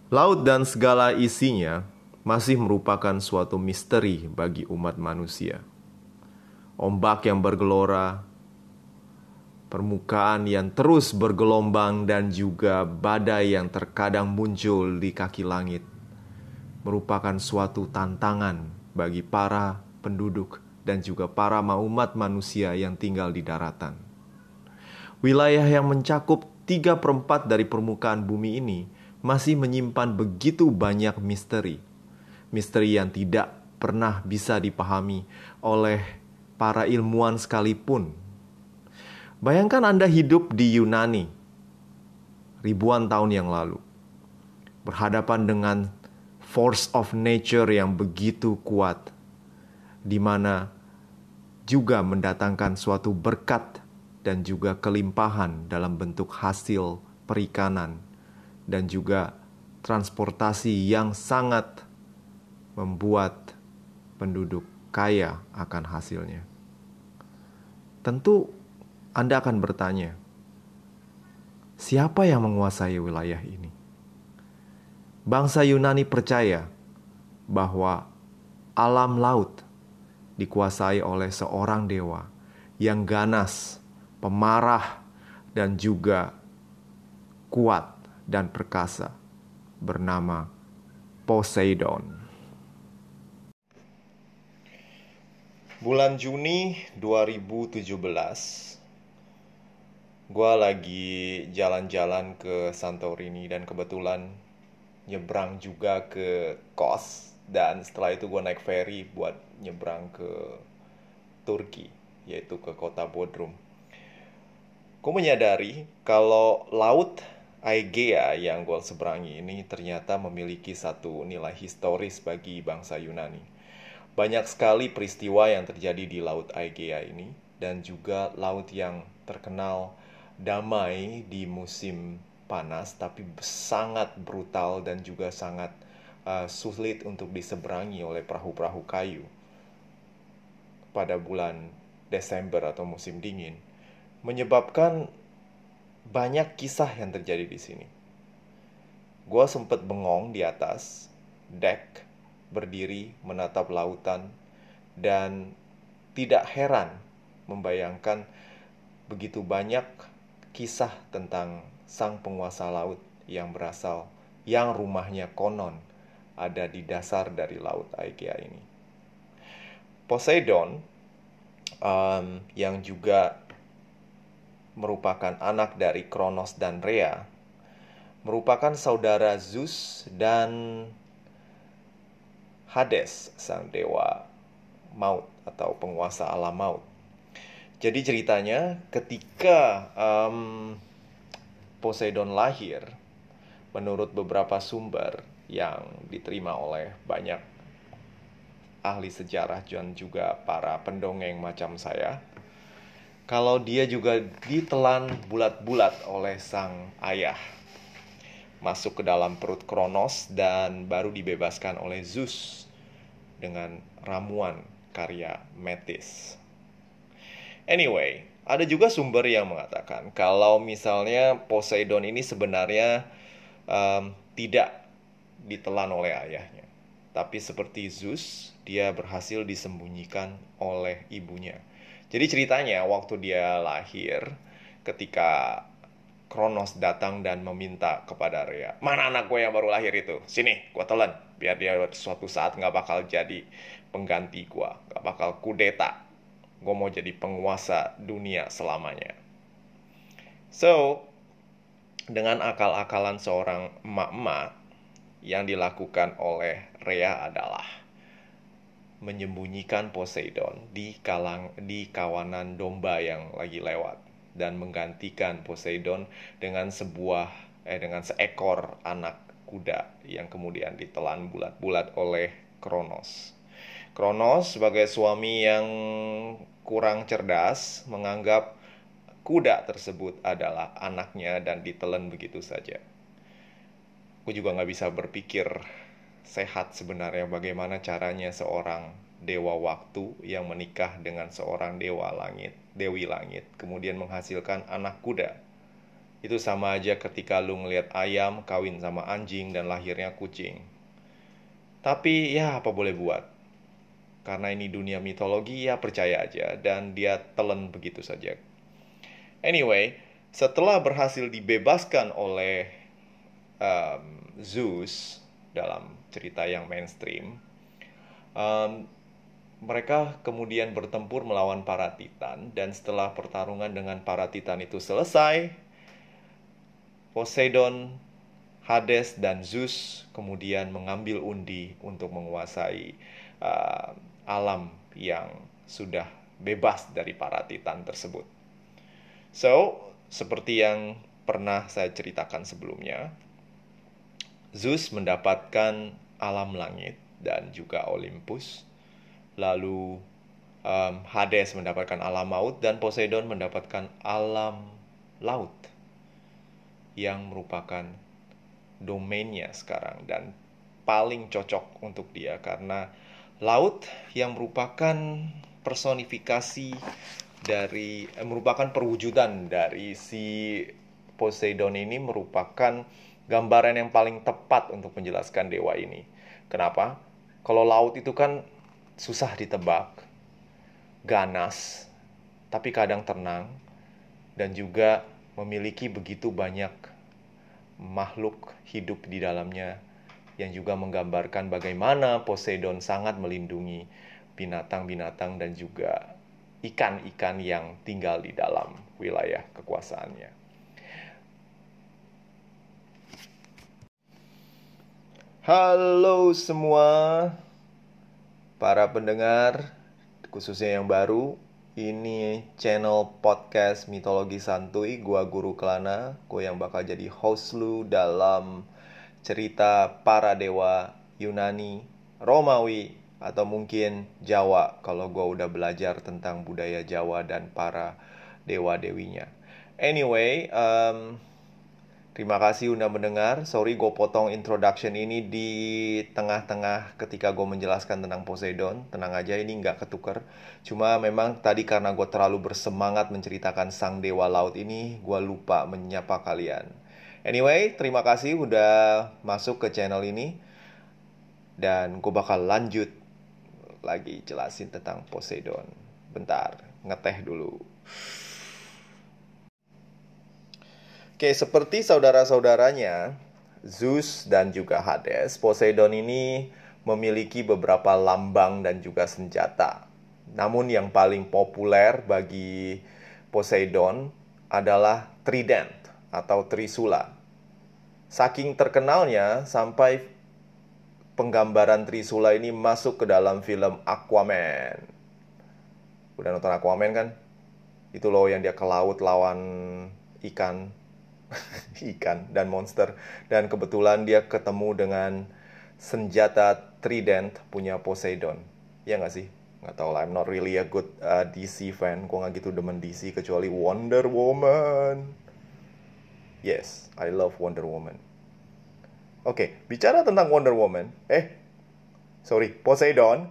Laut dan segala isinya masih merupakan suatu misteri bagi umat manusia. Ombak yang bergelora, permukaan yang terus bergelombang, dan juga badai yang terkadang muncul di kaki langit merupakan suatu tantangan bagi para penduduk dan juga para umat manusia yang tinggal di daratan. Wilayah yang mencakup 3/4 dari permukaan bumi ini masih menyimpan begitu banyak misteri. Misteri yang tidak pernah bisa dipahami oleh para ilmuwan sekalipun. Bayangkan Anda hidup di Yunani ribuan tahun yang lalu, berhadapan dengan force of nature yang begitu kuat, di mana juga mendatangkan suatu berkat dan juga kelimpahan dalam bentuk hasil perikanan dan juga transportasi yang sangat membuat penduduk kaya akan hasilnya. Tentu Anda akan bertanya, siapa yang menguasai wilayah ini? Bangsa Yunani percaya bahwa alam laut dikuasai oleh seorang dewa yang ganas, pemarah, dan juga kuat dan perkasa, bernama Poseidon. Bulan Juni 2017, gue lagi jalan-jalan ke Santorini dan kebetulan nyebrang juga ke Kos. Dan setelah itu gue naik ferry buat nyebrang ke Turki, yaitu ke kota Bodrum. Gue menyadari kalau laut Aegea yang gue seberangi ini ternyata memiliki satu nilai historis bagi bangsa Yunani. Banyak sekali peristiwa yang terjadi di Laut Aegea ini, dan juga laut yang terkenal damai di musim panas, tapi sangat brutal dan juga sangat sulit untuk diseberangi oleh perahu-perahu kayu pada bulan Desember atau musim dingin, menyebabkan banyak kisah yang terjadi di sini. Gua sempet bengong di atas dek, berdiri menatap lautan, dan tidak heran membayangkan begitu banyak kisah tentang sang penguasa laut yang rumahnya konon ada di dasar dari laut Aegea ini. Poseidon, yang juga merupakan anak dari Kronos dan Rhea, merupakan saudara Zeus dan Hades, sang dewa maut atau penguasa alam maut. Jadi ceritanya ketika Poseidon lahir, menurut beberapa sumber yang diterima oleh banyak ahli sejarah dan juga para pendongeng macam saya, kalau dia juga ditelan bulat-bulat oleh sang ayah, masuk ke dalam perut Kronos dan baru dibebaskan oleh Zeus dengan ramuan karya Metis. Anyway, ada juga sumber yang mengatakan kalau misalnya Poseidon ini sebenarnya tidak ditelan oleh ayahnya, tapi seperti Zeus, dia berhasil disembunyikan oleh ibunya. Jadi ceritanya waktu dia lahir, ketika Kronos datang dan meminta kepada Rhea, mana anak gue yang baru lahir itu? Sini, gue telan. Biar dia suatu saat gak bakal jadi pengganti gue, gak bakal kudeta. Gue mau jadi penguasa dunia selamanya. So, dengan akal-akalan seorang emak-emak, yang dilakukan oleh Rhea adalah menyembunyikan Poseidon di kawanan domba yang lagi lewat, dan menggantikan Poseidon dengan dengan seekor anak kuda yang kemudian ditelan bulat-bulat oleh Kronos. Kronos sebagai suami yang kurang cerdas menganggap kuda tersebut adalah anaknya dan ditelan begitu saja. Aku juga gak bisa berpikir sehat sebenarnya bagaimana caranya seorang dewa waktu yang menikah dengan seorang dewi langit, kemudian menghasilkan anak kuda. Itu sama aja ketika lu ngeliat ayam kawin sama anjing dan lahirnya kucing. Tapi ya apa boleh buat. Karena ini dunia mitologi ya percaya aja. Dan dia telan begitu saja. Anyway, setelah berhasil dibebaskan oleh Zeus dalam cerita yang mainstream, um, mereka kemudian bertempur melawan para Titan. Dan setelah pertarungan dengan para Titan itu selesai, Poseidon, Hades, dan Zeus kemudian mengambil undi untuk menguasai alam yang sudah bebas dari para Titan tersebut. So, seperti yang pernah saya ceritakan sebelumnya, Zeus mendapatkan alam langit dan juga Olympus. Lalu Hades mendapatkan alam maut dan Poseidon mendapatkan alam laut yang merupakan domainnya sekarang dan paling cocok untuk dia karena laut yang merupakan personifikasi dari merupakan perwujudan dari si Poseidon ini merupakan gambaran yang paling tepat untuk menjelaskan dewa ini. Kenapa? Kalau laut itu kan susah ditebak, ganas, tapi kadang tenang, dan juga memiliki begitu banyak makhluk hidup di dalamnya yang juga menggambarkan bagaimana Poseidon sangat melindungi binatang-binatang dan juga ikan-ikan yang tinggal di dalam wilayah kekuasaannya. Halo semua para pendengar, khususnya yang baru. Ini channel podcast Mitologi Santuy. Gua Guru Kelana, gua yang bakal jadi host lu dalam cerita para dewa Yunani, Romawi, atau mungkin Jawa kalau gua udah belajar tentang budaya Jawa dan para dewa-dewinya. Anyway, terima kasih udah mendengar. Sorry gue potong introduction ini di tengah-tengah ketika gue menjelaskan tentang Poseidon. Tenang aja, ini nggak ketuker. Cuma memang tadi karena gue terlalu bersemangat menceritakan sang dewa laut ini, gue lupa menyapa kalian. Anyway, terima kasih udah masuk ke channel ini. Dan gue bakal lanjut lagi jelasin tentang Poseidon. Bentar, ngeteh dulu. Oke, seperti saudara-saudaranya, Zeus dan juga Hades, Poseidon ini memiliki beberapa lambang dan juga senjata. Namun yang paling populer bagi Poseidon adalah trident atau trisula. Saking terkenalnya sampai penggambaran trisula ini masuk ke dalam film Aquaman. Udah nonton Aquaman kan? Itu loh yang dia ke laut lawan ikan dan monster. Dan kebetulan dia ketemu dengan senjata trident punya Poseidon. Ya nggak sih? Nggak tahu lah, I'm not really a good DC fan. Gue nggak gitu demen DC kecuali Wonder Woman. Yes, I love Wonder Woman. Oke, bicara tentang Wonder Woman. Poseidon.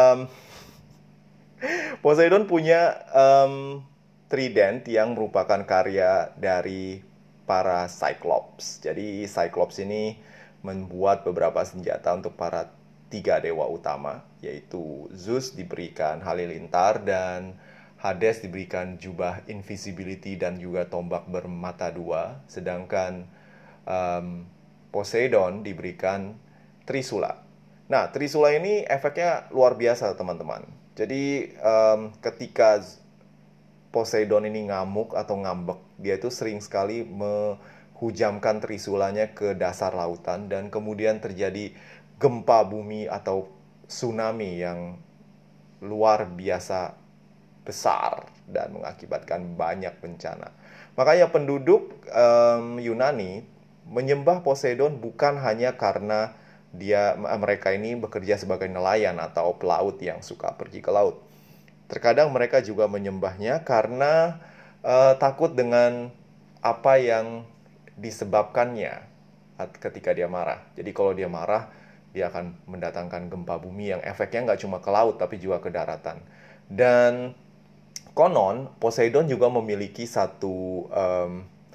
Poseidon punya trident yang merupakan karya dari para Cyclops. Jadi Cyclops ini membuat beberapa senjata untuk para 3 dewa utama, yaitu Zeus diberikan halilintar dan Hades diberikan jubah invisibility dan juga tombak bermata 2, sedangkan Poseidon diberikan trisula. Nah, trisula ini efeknya luar biasa teman-teman. Jadi ketika Poseidon ini ngamuk atau ngambek, dia itu sering sekali menghujamkan trisulanya ke dasar lautan dan kemudian terjadi gempa bumi atau tsunami yang luar biasa besar dan mengakibatkan banyak bencana. Makanya penduduk Yunani menyembah Poseidon bukan hanya karena mereka ini bekerja sebagai nelayan atau pelaut yang suka pergi ke laut. Terkadang mereka juga menyembahnya karena takut dengan apa yang disebabkannya ketika dia marah. Jadi kalau dia marah, dia akan mendatangkan gempa bumi yang efeknya nggak cuma ke laut, tapi juga ke daratan. Dan konon, Poseidon juga memiliki satu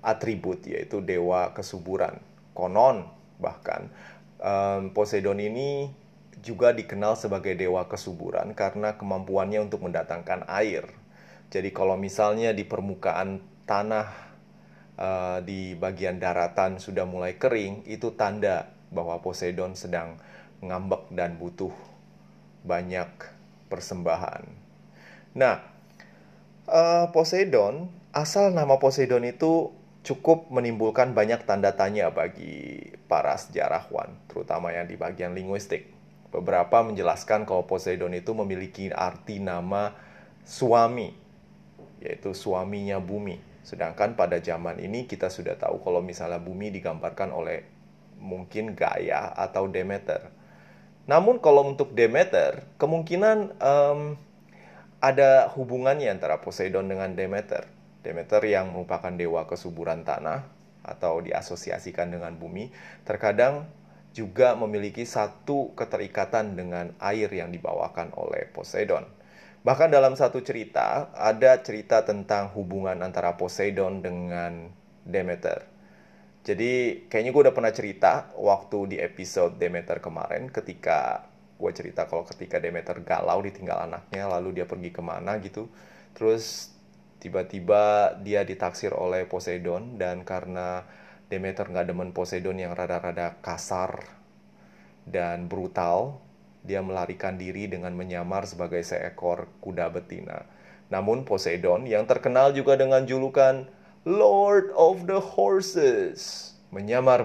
atribut, yaitu dewa kesuburan. Konon bahkan Poseidon ini juga dikenal sebagai dewa kesuburan karena kemampuannya untuk mendatangkan air. Jadi kalau misalnya di permukaan tanah di bagian daratan sudah mulai kering, itu tanda bahwa Poseidon sedang ngambek dan butuh banyak persembahan. Nah, Poseidon, asal nama Poseidon itu cukup menimbulkan banyak tanda tanya bagi para sejarawan, terutama yang di bagian linguistik. Beberapa menjelaskan kalau Poseidon itu memiliki arti nama suami, yaitu suaminya bumi. Sedangkan pada zaman ini kita sudah tahu kalau misalnya bumi digambarkan oleh mungkin Gaia atau Demeter. Namun kalau untuk Demeter, kemungkinan ada hubungannya antara Poseidon dengan Demeter. Demeter yang merupakan dewa kesuburan tanah atau diasosiasikan dengan bumi, terkadang juga memiliki satu keterikatan dengan air yang dibawakan oleh Poseidon. Bahkan dalam satu cerita, ada cerita tentang hubungan antara Poseidon dengan Demeter. Jadi kayaknya gue udah pernah cerita waktu di episode Demeter kemarin, ketika gue cerita kalau ketika Demeter galau ditinggal anaknya, lalu dia pergi kemana gitu. Terus tiba-tiba dia ditaksir oleh Poseidon, dan karena Demeter gak demen Poseidon yang rada-rada kasar dan brutal, dia melarikan diri dengan menyamar sebagai seekor kuda betina. Namun Poseidon, yang terkenal juga dengan julukan Lord of the Horses, menyamar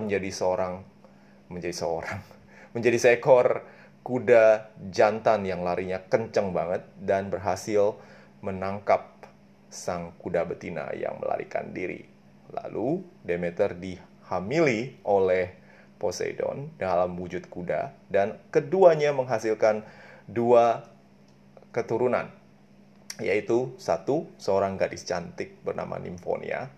menjadi seekor kuda jantan yang larinya kenceng banget dan berhasil menangkap sang kuda betina yang melarikan diri. Lalu Demeter dihamili oleh Poseidon dalam wujud kuda, dan keduanya menghasilkan dua keturunan, yaitu satu, seorang gadis cantik bernama Nymphonia.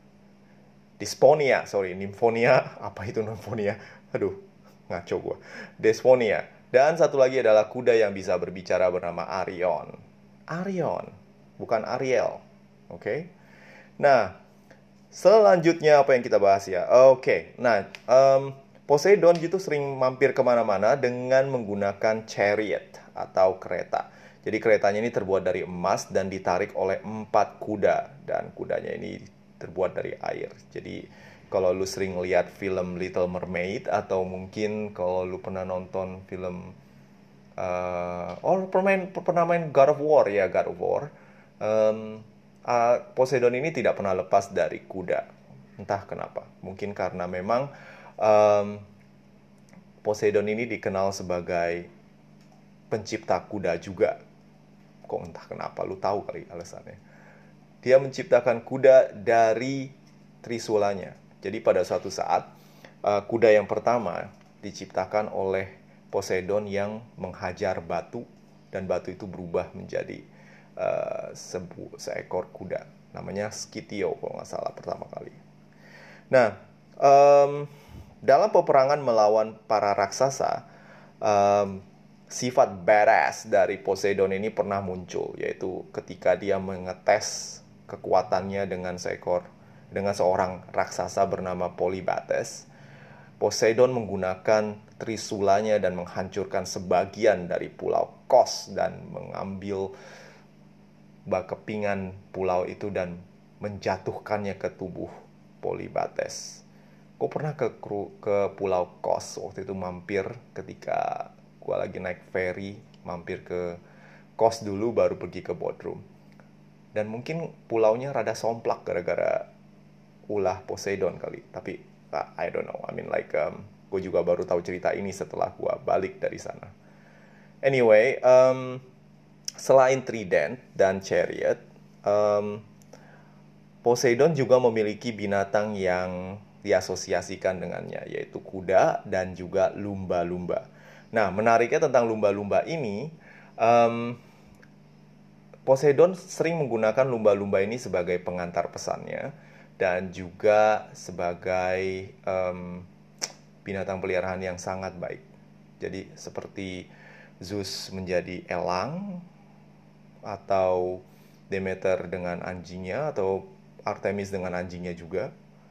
Nymphonia, apa itu Nymphonia? Aduh, ngaco gue. Desponia. Dan satu lagi adalah kuda yang bisa berbicara bernama Arion. Arion, bukan Ariel. Oke. Nah, selanjutnya apa yang kita bahas ya? Oke. Nah, Poseidon itu sering mampir kemana-mana dengan menggunakan chariot atau kereta. Jadi keretanya ini terbuat dari emas dan ditarik oleh 4 kuda. Dan kudanya ini terbuat dari air. Jadi kalau lu sering lihat film Little Mermaid, atau mungkin kalau lu pernah nonton film pernah main God of War ya, God of War. Poseidon ini tidak pernah lepas dari kuda. Entah kenapa. Mungkin karena memang Poseidon ini dikenal sebagai pencipta kuda juga. Kok entah kenapa, lu tahu kali alasannya. Dia menciptakan kuda dari trisulanya. Jadi pada suatu saat, kuda yang pertama diciptakan oleh Poseidon yang menghajar batu, dan batu itu berubah menjadi seekor kuda. Namanya Skitio kalau nggak salah pertama kali. Nah, dalam peperangan melawan para raksasa, sifat badass dari Poseidon ini pernah muncul, yaitu ketika dia mengetes kekuatannya dengan seorang raksasa bernama Polybates. Poseidon menggunakan trisulanya dan menghancurkan sebagian dari pulau Kos dan mengambil kepingan pulau itu dan menjatuhkannya ke tubuh Polybates. Gue pernah ke pulau Kos waktu itu, mampir ketika gue lagi naik ferry, mampir ke Kos dulu baru pergi ke Bodrum. Dan mungkin pulaunya rada somplak gara-gara ulah Poseidon kali. Tapi I don't know. I mean like gue juga baru tahu cerita ini setelah gue balik dari sana. Anyway, selain trident dan chariot, Poseidon juga memiliki binatang yang diasosiasikan dengannya, yaitu kuda dan juga lumba-lumba. Nah, menariknya tentang lumba-lumba ini, Poseidon sering menggunakan lumba-lumba ini sebagai pengantar pesannya, dan juga sebagai binatang peliharaan yang sangat baik. Jadi seperti Zeus menjadi elang, atau Demeter dengan anjingnya, atau Artemis dengan anjingnya juga.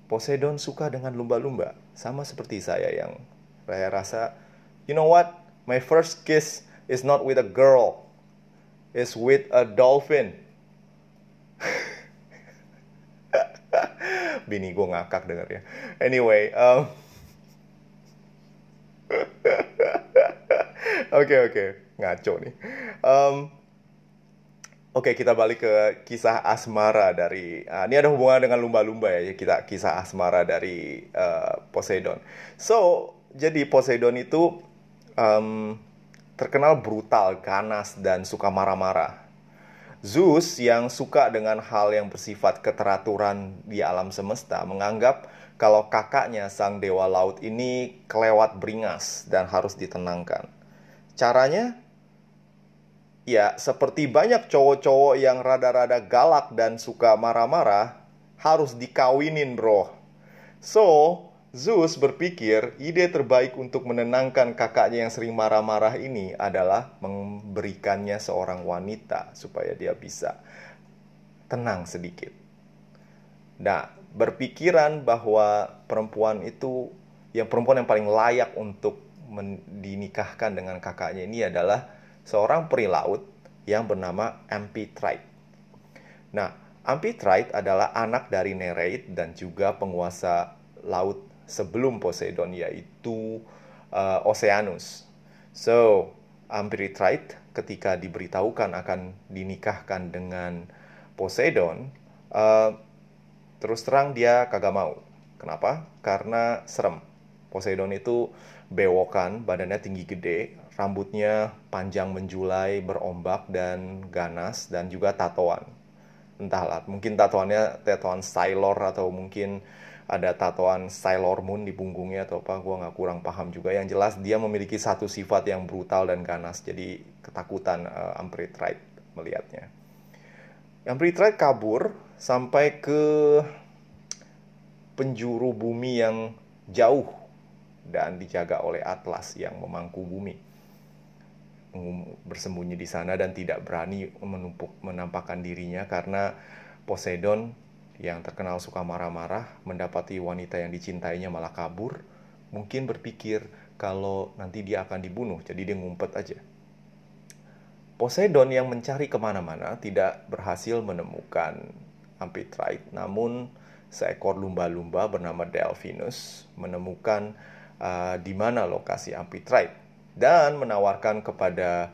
Poseidon suka dengan lumba-lumba, sama seperti yang saya rasa, you know what? My first kiss is not with a girl, it's with a dolphin. Bini gue ngakak dengernya. Anyway, oke, ngaco nih. Oke, kita balik ke kisah asmara dari ini ada hubungan dengan lumba-lumba ya. Kita kisah asmara dari Poseidon. So, jadi Poseidon itu terkenal brutal, ganas, dan suka marah-marah. Zeus yang suka dengan hal yang bersifat keteraturan di alam semesta menganggap kalau kakaknya sang dewa laut ini kelewat beringas dan harus ditenangkan. Caranya, ya, seperti banyak cowok-cowok yang rada-rada galak dan suka marah-marah, harus dikawinin, bro. So, Zeus berpikir ide terbaik untuk menenangkan kakaknya yang sering marah-marah ini adalah memberikannya seorang wanita supaya dia bisa tenang sedikit. Nah, berpikiran bahwa perempuan yang paling layak untuk dinikahkan dengan kakaknya ini adalah seorang peri laut yang bernama Amphitrite. Nah, Amphitrite adalah anak dari Nereid dan juga penguasa laut sebelum Poseidon, yaitu Oceanus. So, Amphitrite ketika diberitahukan akan dinikahkan dengan Poseidon, terus terang dia kagak mau. Kenapa? Karena serem. Poseidon itu bewokan, badannya tinggi gede, rambutnya panjang menjulai, berombak dan ganas, dan juga tatoan. Entahlah, mungkin tatoan Sailor atau mungkin ada tatoan Sailor Moon di punggungnya atau apa, gue gak kurang paham juga. Yang jelas dia memiliki satu sifat yang brutal dan ganas, jadi ketakutan Amphitrite melihatnya. Amphitrite kabur sampai ke penjuru bumi yang jauh dan dijaga oleh Atlas yang memangku bumi. Bersembunyi di sana dan tidak berani menampakkan dirinya karena Poseidon yang terkenal suka marah-marah mendapati wanita yang dicintainya malah kabur. Mungkin berpikir kalau nanti dia akan dibunuh, jadi dia ngumpet aja. Poseidon yang mencari kemana-mana tidak berhasil menemukan Amphitrite, namun seekor lumba-lumba bernama Delphinus menemukan di mana lokasi Amphitrite dan menawarkan kepada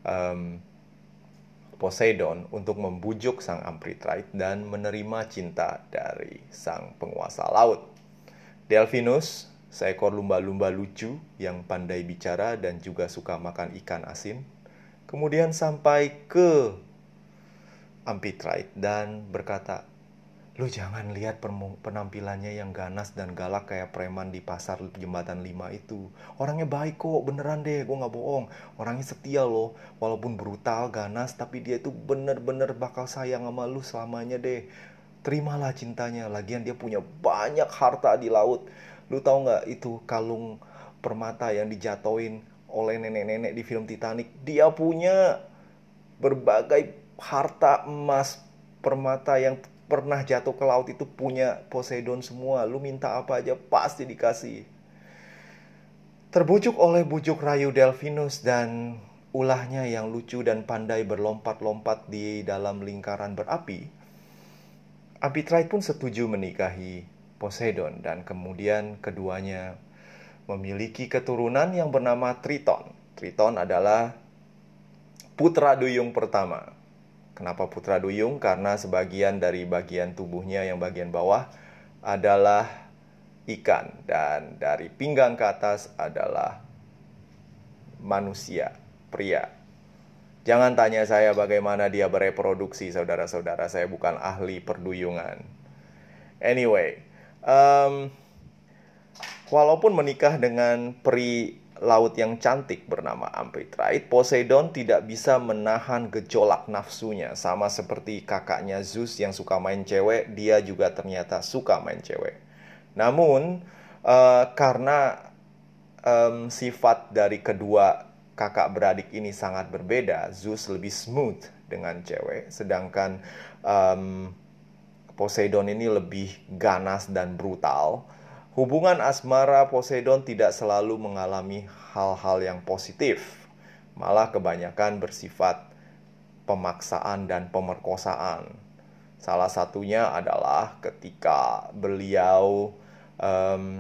Poseidon untuk membujuk sang Amphitrite dan menerima cinta dari sang penguasa laut. Delphinus, seekor lumba-lumba lucu yang pandai bicara dan juga suka makan ikan asin, kemudian sampai ke Amphitrite dan berkata, "Lu jangan lihat penampilannya yang ganas dan galak kayak preman di pasar Jembatan 5 itu. Orangnya baik kok, beneran deh, gue gak bohong. Orangnya setia loh, walaupun brutal, ganas, tapi dia itu bener-bener bakal sayang sama lu selamanya deh. Terimalah cintanya, lagian dia punya banyak harta di laut. Lu tahu gak itu kalung permata yang dijatoin oleh nenek-nenek di film Titanic? Dia punya berbagai harta emas, permata yang pernah jatuh ke laut itu punya Poseidon semua. Lu minta apa aja pasti dikasih." Terbujuk oleh bujuk rayu Delphinus dan ulahnya yang lucu dan pandai berlompat-lompat di dalam lingkaran berapi, Amphitrite pun setuju menikahi Poseidon dan kemudian keduanya memiliki keturunan yang bernama Triton. Triton adalah putra duyung pertama. Kenapa putra duyung? Karena sebagian dari bagian tubuhnya yang bagian bawah adalah ikan dan dari pinggang ke atas adalah manusia, pria. Jangan tanya saya bagaimana dia bereproduksi, saudara-saudara. Saya bukan ahli perduyungan. Anyway, walaupun menikah dengan peri laut yang cantik bernama Amphitrite, Poseidon tidak bisa menahan gejolak nafsunya. Sama seperti kakaknya Zeus yang suka main cewek, dia juga ternyata suka main cewek. Namun, karena sifat dari kedua kakak beradik ini sangat berbeda, Zeus lebih smooth dengan cewek, sedangkan Poseidon ini lebih ganas dan brutal, hubungan asmara Poseidon tidak selalu mengalami hal-hal yang positif. Malah kebanyakan bersifat pemaksaan dan pemerkosaan. Salah satunya adalah ketika beliau em,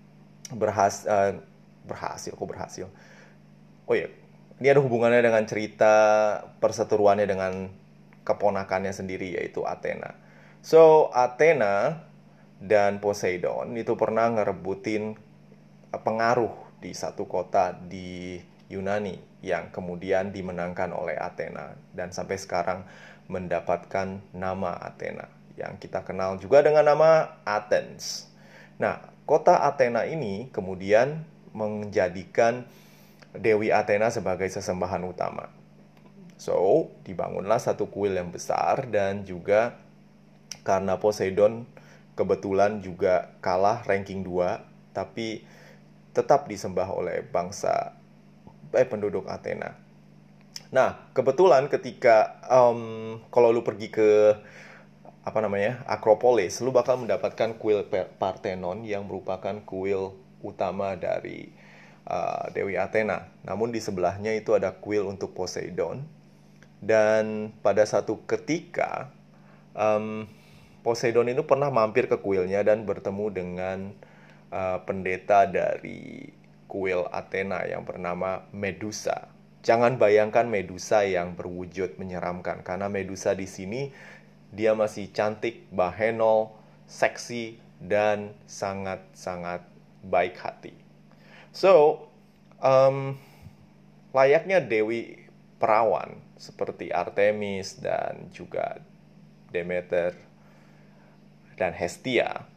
berhasil. Oh iya, ini ada hubungannya dengan cerita perseteruannya dengan keponakannya sendiri, yaitu Athena. So, Athena dan Poseidon itu pernah ngerebutin pengaruh di satu kota di Yunani yang kemudian dimenangkan oleh Athena dan sampai sekarang mendapatkan nama Athena yang kita kenal juga dengan nama Athens. Nah, kota Athena ini kemudian menjadikan Dewi Athena sebagai sesembahan utama. So, dibangunlah satu kuil yang besar dan juga karena Poseidon kebetulan juga kalah ranking 2, tapi tetap disembah oleh penduduk Athena. Nah, kebetulan ketika kalau lu pergi ke Akropolis, lu bakal mendapatkan kuil Parthenon yang merupakan kuil utama dari Dewi Athena. Namun di sebelahnya itu ada kuil untuk Poseidon. Dan pada satu ketika Poseidon itu pernah mampir ke kuilnya dan bertemu dengan pendeta dari kuil Athena yang bernama Medusa. Jangan bayangkan Medusa yang berwujud menyeramkan, karena Medusa di sini dia masih cantik, bahenol, seksi, dan sangat-sangat baik hati. So, layaknya dewi perawan seperti Artemis dan juga Demeter dan Hestia,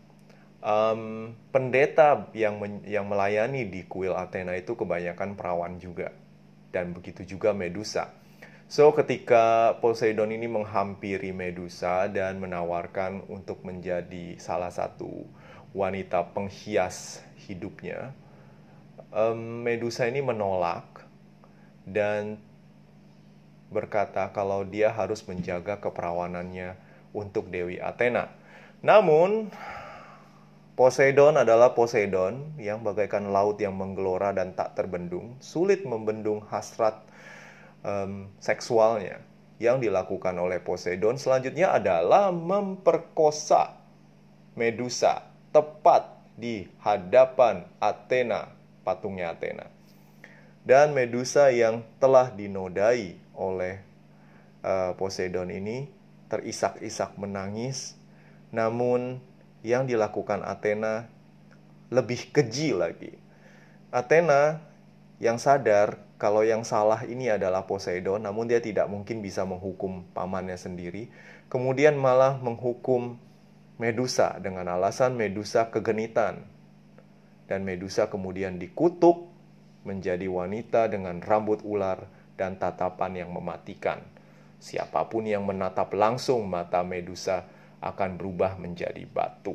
pendeta yang melayani di kuil Athena itu kebanyakan perawan juga. Dan begitu juga Medusa. So, ketika Poseidon ini menghampiri Medusa dan menawarkan untuk menjadi salah satu wanita penghias hidupnya, Medusa ini menolak dan berkata kalau dia harus menjaga keperawanannya untuk Dewi Athena. Namun, Poseidon adalah Poseidon yang bagaikan laut yang menggelora dan tak terbendung, sulit membendung hasrat seksualnya. Yang dilakukan oleh Poseidon selanjutnya adalah memperkosa Medusa tepat di hadapan Athena, patungnya Athena. Dan Medusa yang telah dinodai oleh Poseidon ini terisak-isak menangis. Namun yang dilakukan Athena lebih keji lagi. Athena yang sadar kalau yang salah ini adalah Poseidon, namun dia tidak mungkin bisa menghukum pamannya sendiri. Kemudian malah menghukum Medusa dengan alasan Medusa kegenitan. Dan Medusa kemudian dikutuk menjadi wanita dengan rambut ular dan tatapan yang mematikan. Siapapun yang menatap langsung mata Medusa akan berubah menjadi batu.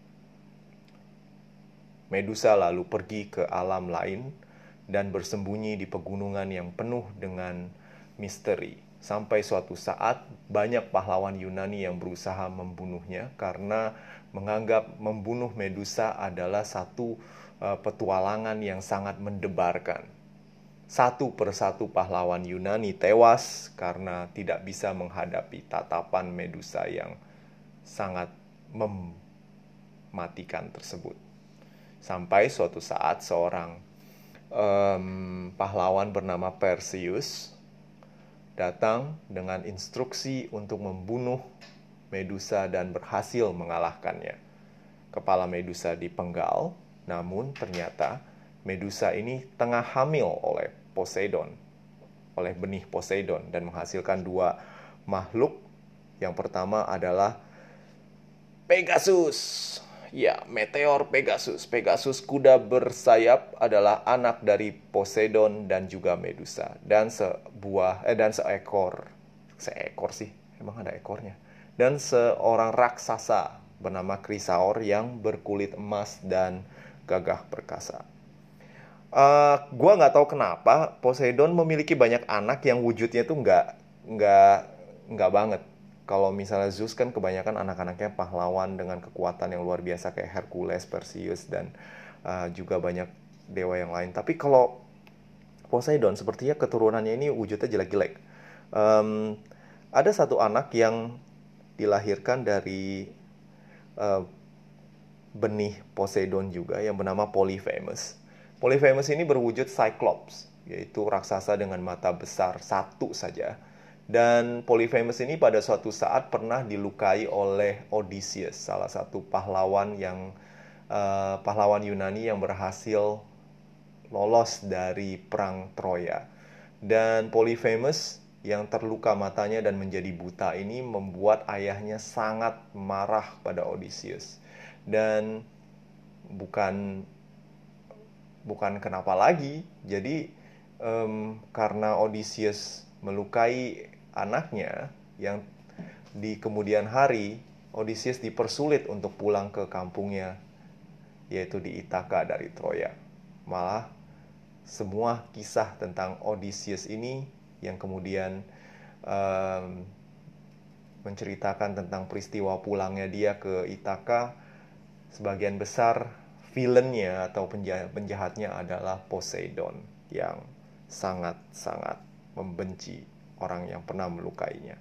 Medusa lalu pergi ke alam lain dan bersembunyi di pegunungan yang penuh dengan misteri. Sampai suatu saat banyak pahlawan Yunani yang berusaha membunuhnya karena menganggap membunuh Medusa adalah satu petualangan yang sangat mendebarkan. Satu persatu pahlawan Yunani tewas karena tidak bisa menghadapi tatapan Medusa yang sangat mematikan tersebut. Sampai suatu saat seorang pahlawan bernama Perseus datang dengan instruksi untuk membunuh Medusa dan berhasil mengalahkannya. Kepala Medusa dipenggal, namun ternyata Medusa ini tengah hamil oleh Poseidon, oleh benih Poseidon, dan menghasilkan dua makhluk. Yang pertama adalah Pegasus. Ya, meteor Pegasus. Pegasus kuda bersayap adalah anak dari Poseidon dan juga Medusa. Dan seekor sih, emang ada ekornya. Dan seorang raksasa bernama Chrysaor yang berkulit emas dan gagah perkasa. Gua nggak tahu kenapa Poseidon memiliki banyak anak yang wujudnya tuh nggak banget. Kalau misalnya Zeus kan kebanyakan anak-anaknya pahlawan dengan kekuatan yang luar biasa kayak Hercules, Perseus, dan juga banyak dewa yang lain. Tapi kalau Poseidon sepertinya keturunannya ini wujudnya jelek-jelek. Ada satu anak yang dilahirkan dari benih Poseidon juga yang bernama Polyphemus. Polyphemus ini berwujud Cyclops, yaitu raksasa dengan mata besar satu saja. Dan Polyphemus ini pada suatu saat pernah dilukai oleh Odysseus, salah satu pahlawan Yunani yang berhasil lolos dari perang Troya. Dan Polyphemus yang terluka matanya dan menjadi buta ini membuat ayahnya sangat marah pada Odysseus. Dan bukan kenapa lagi. Jadi karena Odysseus melukai anaknya, yang di kemudian hari Odysseus dipersulit untuk pulang ke kampungnya, yaitu di Ithaka dari Troya. Malah semua kisah tentang Odysseus ini yang kemudian menceritakan tentang peristiwa pulangnya dia ke Ithaka, sebagian besar villainnya atau penjahatnya adalah Poseidon yang sangat-sangat membenci orang yang pernah melukainya.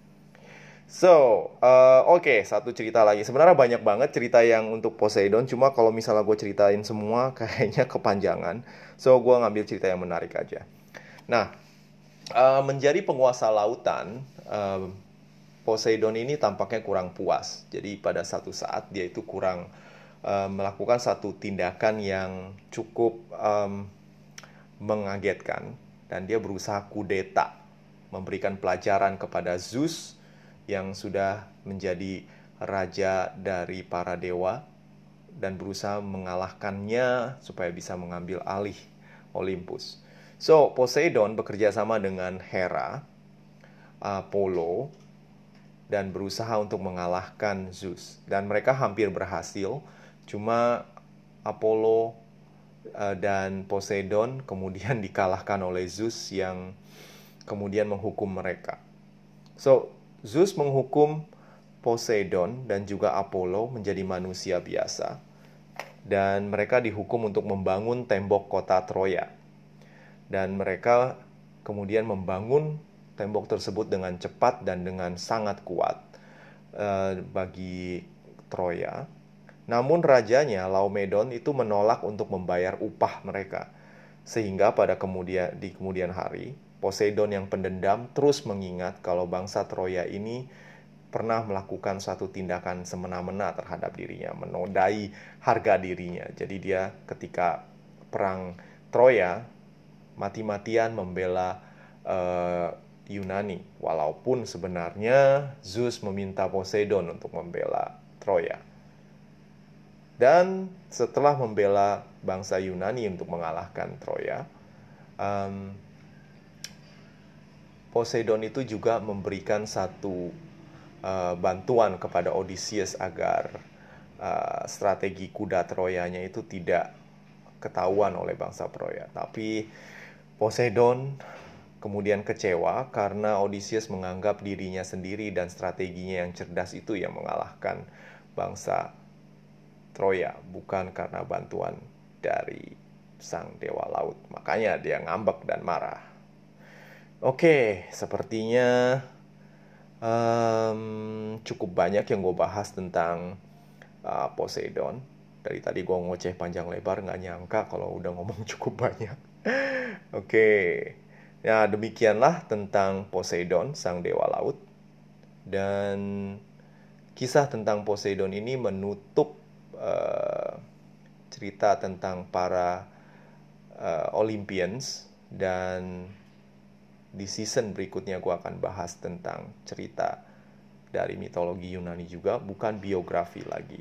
Oke, satu cerita lagi. Sebenarnya banyak banget cerita yang untuk Poseidon, cuma kalau misalnya gue ceritain semua kayaknya kepanjangan. Gue ngambil cerita yang menarik aja. Nah, menjadi penguasa lautan, Poseidon ini tampaknya kurang puas. Jadi pada satu saat dia itu melakukan satu tindakan yang cukup mengagetkan, dan dia berusaha kudeta, memberikan pelajaran kepada Zeus yang sudah menjadi raja dari para dewa, dan berusaha mengalahkannya supaya bisa mengambil alih Olympus. Poseidon bekerja sama dengan Hera, Apollo, dan berusaha untuk mengalahkan Zeus. Dan mereka hampir berhasil, cuma Apollo dan Poseidon kemudian dikalahkan oleh Zeus yang kemudian menghukum mereka. Zeus menghukum Poseidon dan juga Apollo menjadi manusia biasa, dan mereka dihukum untuk membangun tembok kota Troya. Dan mereka kemudian membangun tembok tersebut dengan cepat dan dengan sangat kuat bagi Troya. Namun rajanya Laomedon itu menolak untuk membayar upah mereka. Sehingga di kemudian hari, Poseidon yang pendendam terus mengingat kalau bangsa Troya ini pernah melakukan suatu tindakan semena-mena terhadap dirinya, menodai harga dirinya. Jadi dia ketika perang Troya mati-matian membela Yunani, walaupun sebenarnya Zeus meminta Poseidon untuk membela Troya. Dan setelah membela bangsa Yunani untuk mengalahkan Troya, Poseidon itu juga memberikan satu bantuan kepada Odysseus agar strategi kuda Troyanya itu tidak ketahuan oleh bangsa Troya. Tapi Poseidon kemudian kecewa karena Odysseus menganggap dirinya sendiri dan strateginya yang cerdas itu yang mengalahkan bangsa Troya, bukan karena bantuan dari sang dewa laut. Makanya dia ngambek dan marah. Oke, sepertinya cukup banyak yang gue bahas tentang Poseidon. Dari tadi gue ngoceh panjang lebar, gak nyangka kalau udah ngomong cukup banyak. Oke, ya demikianlah tentang Poseidon, sang dewa laut. Dan kisah tentang Poseidon ini menutup cerita tentang para Olympians. Dan di season berikutnya gue akan bahas tentang cerita dari mitologi Yunani juga, bukan biografi lagi.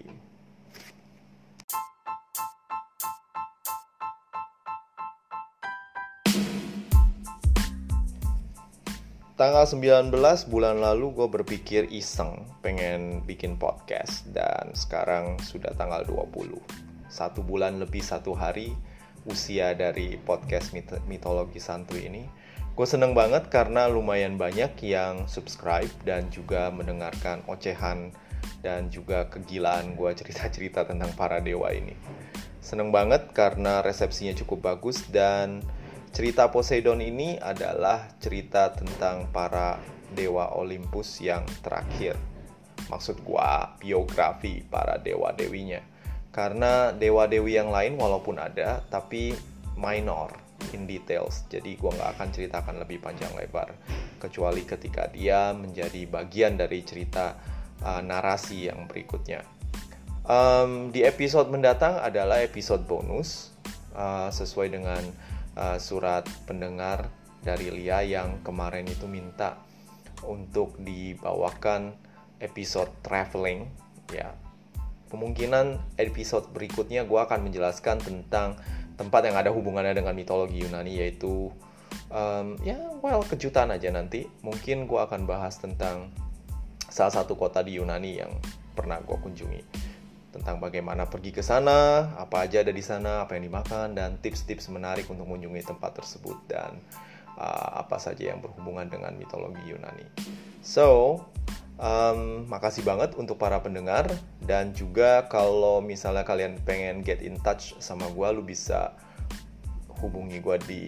Tanggal 19 bulan lalu gue berpikir iseng pengen bikin podcast, dan sekarang sudah tanggal 20. 1 bulan lebih 1 hari usia dari podcast mitologi santuy ini. Gue seneng banget karena lumayan banyak yang subscribe dan juga mendengarkan ocehan dan juga kegilaan gue cerita-cerita tentang para dewa ini. Seneng banget karena resepsinya cukup bagus dan cerita Poseidon ini adalah cerita tentang para dewa Olympus yang terakhir. Maksud gua biografi para dewa-dewinya. Karena dewa-dewi yang lain walaupun ada, tapi minor in details. Jadi gua nggak akan ceritakan lebih panjang lebar. Kecuali ketika dia menjadi bagian dari cerita narasi yang berikutnya. Di episode mendatang adalah episode bonus sesuai dengan surat pendengar dari Lia yang kemarin itu minta untuk dibawakan episode traveling ya. Kemungkinan episode berikutnya gue akan menjelaskan tentang tempat yang ada hubungannya dengan mitologi Yunani, yaitu kejutan aja nanti. Mungkin gue akan bahas tentang salah satu kota di Yunani yang pernah gue kunjungi, tentang bagaimana pergi ke sana, apa aja ada di sana, apa yang dimakan, dan tips-tips menarik untuk mengunjungi tempat tersebut, dan apa saja yang berhubungan dengan mitologi Yunani. So, makasih banget untuk para pendengar, dan juga kalau misalnya kalian pengen get in touch sama gue, lu bisa hubungi gue di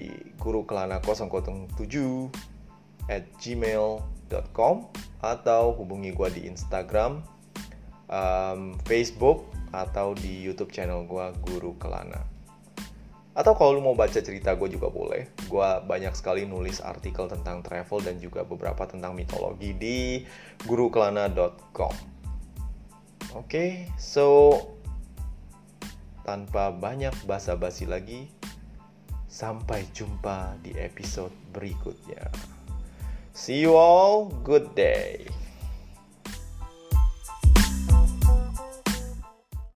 gurukelana007@gmail.com atau hubungi gue di Instagram, Facebook, atau di YouTube channel gue Guru Kelana. Atau kalau lu mau baca cerita gue juga boleh. Gue banyak sekali nulis artikel tentang travel dan juga beberapa tentang mitologi di gurukelana.com. Oke, so tanpa banyak basa-basi lagi, sampai jumpa di episode berikutnya. See you all, good day.